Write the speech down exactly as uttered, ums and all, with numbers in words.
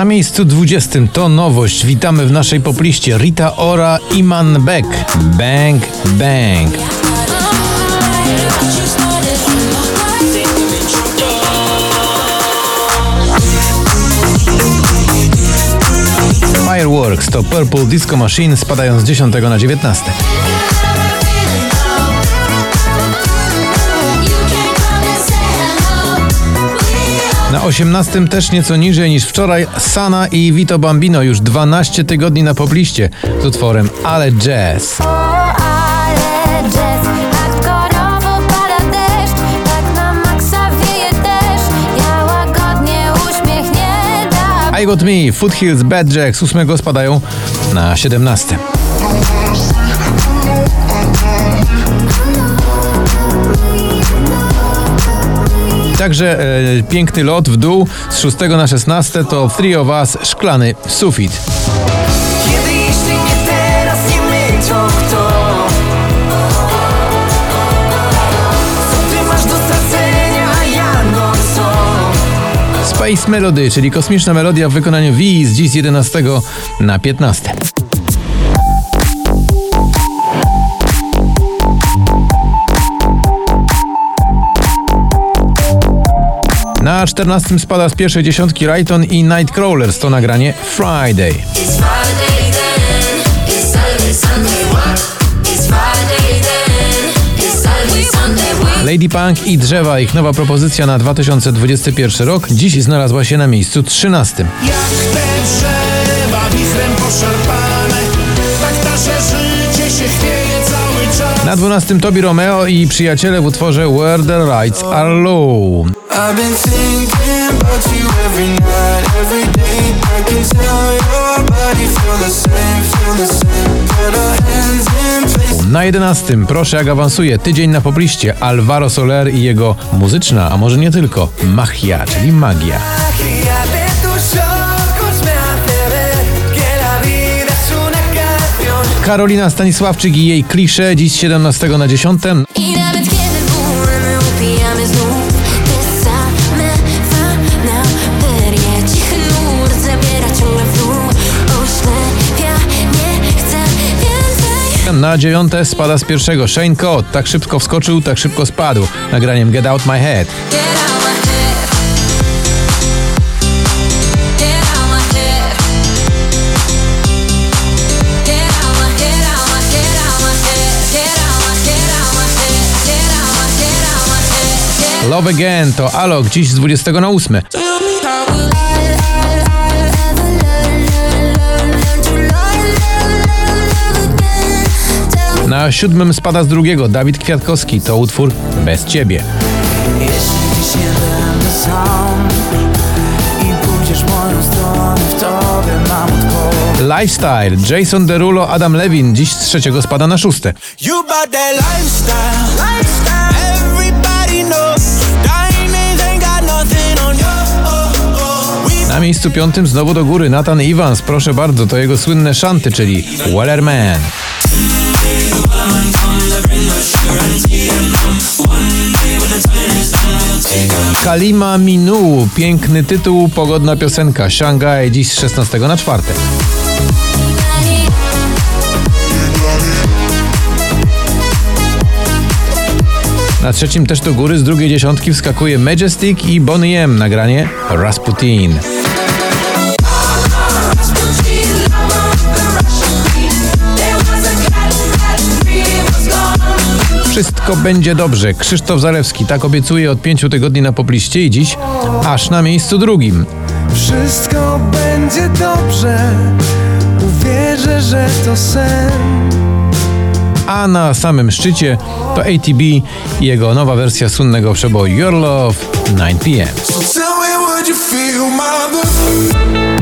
Na miejscu dwudziestym to nowość. Witamy w naszej popliście Rita Ora, Iman Beck. Bang, bang. Fireworks to Purple Disco Machine, spadając z dziesiątego na dziewiętnaste. Na osiemnastym też nieco niżej niż wczoraj Sana i Vito Bambino, już dwanaście tygodni na pobliście z utworem Ale Jazz. I Got Me, Foothills, Bad Jack z ósmego spadają na siedemnaste. Także e, piękny lot w dół z szóstego na szesnaste to Three of Us, Szklany sufit. Kiedy jeśli nie teraz, nie my, to kto? Co ty masz do stracenia, a ja no co? Space Melody, czyli kosmiczna melodia w wykonaniu V z dziś z jedenastego na piętnaste. Na czternastym spada z pierwszej dziesiątki Rayton i Nightcrawlers, to nagranie Friday. Lady Punk i Drzewa, ich nowa propozycja na dwa tysiące dwudziesty pierwszy rok, dziś znalazła się na miejscu trzynastym. Jak te drzewa wichrem poszarpane, tak nasze życie się chwieje cały czas. Na dwunastym Tobi Romeo i Przyjaciele w utworze Where the Lights Are Low. I've been thinking about you every night, every day. I can tell your body feel the same, feel the same. Put our hands in place. Na jedenastym, proszę jak awansuje, tydzień na pobliście, Alvaro Soler i jego muzyczna, a może nie tylko, Magia, czyli magia. Karolina Stanisławczyk i jej klisze, dziś z siedemnastego na dziesiąte. I nawet kiedy bólemy, upijamy znów te same fanaberie. Cichy nurt zabiera ciągle w dół, oślepia, nie chcę więcej. Na dziewiąte spada z pierwszego Shane Codd, tak szybko wskoczył, tak szybko spadł, nagraniem Get Out My Head. Get out my head. Get out my head. Get out my, get out my, get out my head. Get out my, get out my head. Get out my, get out my head. Get Love Again to Alok, dziś z dwudziestego na ósme. Na siódmym spada z drugiego Dawid Kwiatkowski, to utwór Bez Ciebie. Jeśli dziś nie będę sam i pójdziesz moją stronę, w tobie mam odpowiedź. Lifestyle, Jason Derulo, Adam Levin, dziś z trzeciego spada na szóste. You bout that lifestyle, lifestyle. Everybody knows diamonds ain't got nothing on you. Oh, oh. We Na miejscu piątym znowu do góry Nathan Evans, proszę bardzo, to jego słynne szanty, czyli Wellerman. Kalima Minu, piękny tytuł, pogodna piosenka, Szangaj, dziś z szesnastego na czwarte. Na trzecim też do góry z drugiej dziesiątki wskakuje Majestic i Boney M, nagranie Rasputin. Wszystko będzie dobrze. Krzysztof Zalewski tak obiecuje od pięciu tygodni na pobliście i dziś aż na miejscu drugim. Wszystko będzie dobrze, uwierzę, że to sen. A na samym szczycie to A T B i jego nowa wersja słynnego przeboju Your Love nine p m So tell me, would you feel my love?